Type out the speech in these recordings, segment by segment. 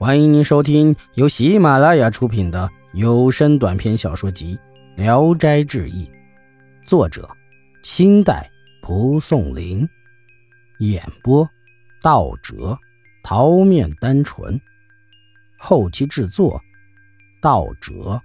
欢迎您收听由喜马拉雅出品的有声短篇小说集《聊斋志异》，作者清代蒲松龄，演播道哲、桃面单纯，后期制作道哲。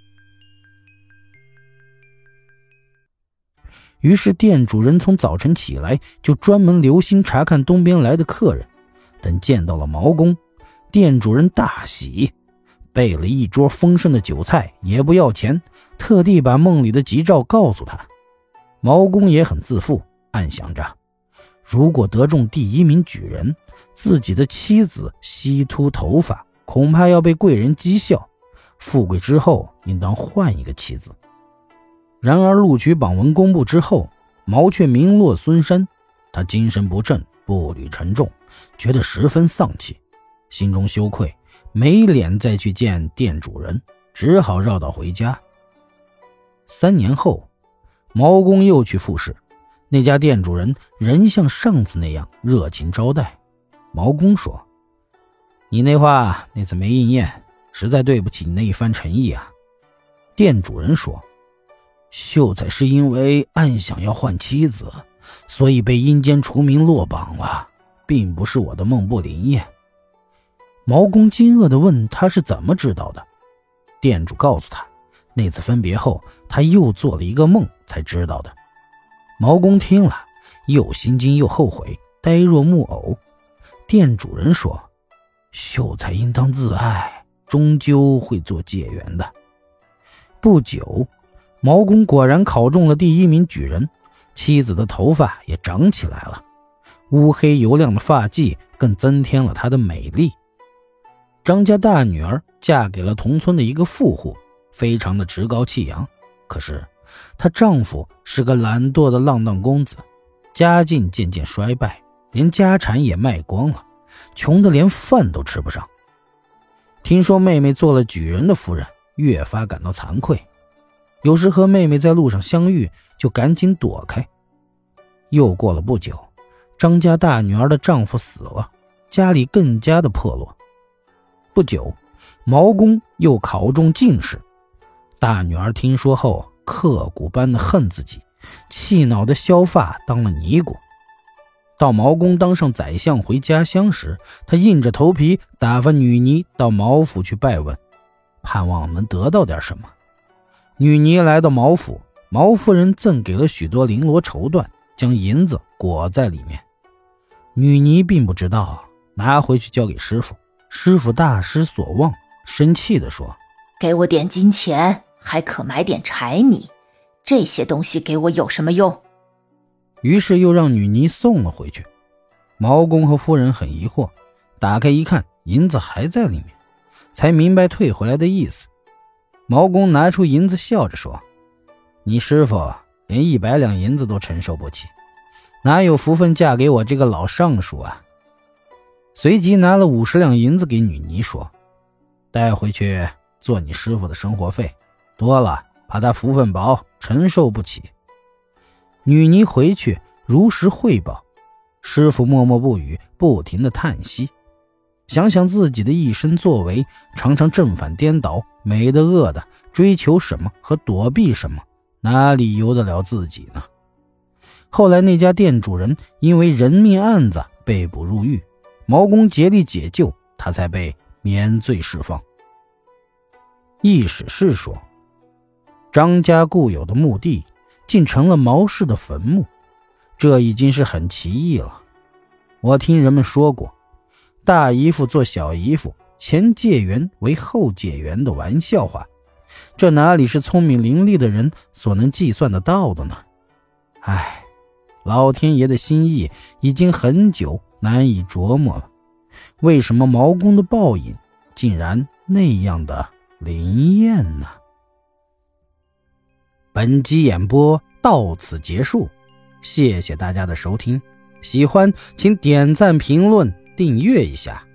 于是店主人从早晨起来就专门留心查看东边来的客人，等见到了毛公，店主人大喜，备了一桌丰盛的酒菜，也不要钱，特地把梦里的吉兆告诉他。毛公也很自负，暗想着，如果得中第一名举人，自己的妻子稀秃头发，恐怕要被贵人讥笑，富贵之后应当换一个妻子。然而录取榜文公布之后，毛却名落孙山，他精神不振，步履沉重，觉得十分丧气，心中羞愧，没脸再去见店主人，只好绕道回家。3年后，毛公又去复试，那家店主人仍像上次那样热情招待。毛公说：“你那话那次没应验，实在对不起你那一番诚意啊。”店主人说：“秀才是因为暗想要换妻子，所以被阴间除名落榜了，并不是我的梦不灵验。”毛公惊愕地问他是怎么知道的。店主告诉他，那次分别后他又做了一个梦才知道的。毛公听了，又心惊又后悔，呆若木偶。店主人说：“秀才应当自爱，终究会做解元的。”不久，毛公果然考中了第一名举人，妻子的头发也长起来了，乌黑油亮的发髻更增添了她的美丽。张家大女儿嫁给了同村的一个富户，非常的趾高气扬，可是她丈夫是个懒惰的浪荡公子，家境渐渐衰败，连家产也卖光了，穷得连饭都吃不上。听说妹妹做了举人的夫人，越发感到惭愧，有时和妹妹在路上相遇，就赶紧躲开。又过了不久，张家大女儿的丈夫死了，家里更加的破落。不久，毛公又考中进士，大女儿听说后，刻骨般的恨自己，气恼的削发当了尼姑。到毛公当上宰相回家乡时，他硬着头皮打发女尼到毛府去拜问，盼望能得到点什么。女尼来到毛府，毛夫人赠给了许多绫罗绸缎，将银子裹在里面。女尼并不知道，拿回去交给师傅，师傅大失所望，生气地说：“ 给我点金钱，还可买点柴米，这些东西给我有什么用？” 于是又让女尼送了回去。毛公和夫人很疑惑，打开一看，银子还在里面，才明白退回来的意思。毛公拿出银子，笑着说：“你师傅连100两银子都承受不起，哪有福分嫁给我这个老尚书啊？”随即拿了50两银子给女尼，说：“带回去做你师傅的生活费，多了怕他福分薄，承受不起。”女尼回去如实汇报，师傅默默不语，不停地叹息，想想自己的一生作为，常常正反颠倒，美的恶的，追求什么和躲避什么，哪里由得了自己呢？后来那家店主人因为人命案子被捕入狱，毛公竭力解救，他才被免罪释放。易史是说，张家固有的墓地竟成了毛氏的坟墓，这已经是很奇异了。我听人们说过，大姨夫做小姨夫，前借缘为后借缘的玩笑话，这哪里是聪明伶俐的人所能计算得到的呢？唉，老天爷的心意已经很久难以琢磨了，为什么毛公的报应竟然那样的灵验呢？本集演播到此结束，谢谢大家的收听，喜欢请点赞评论订阅一下。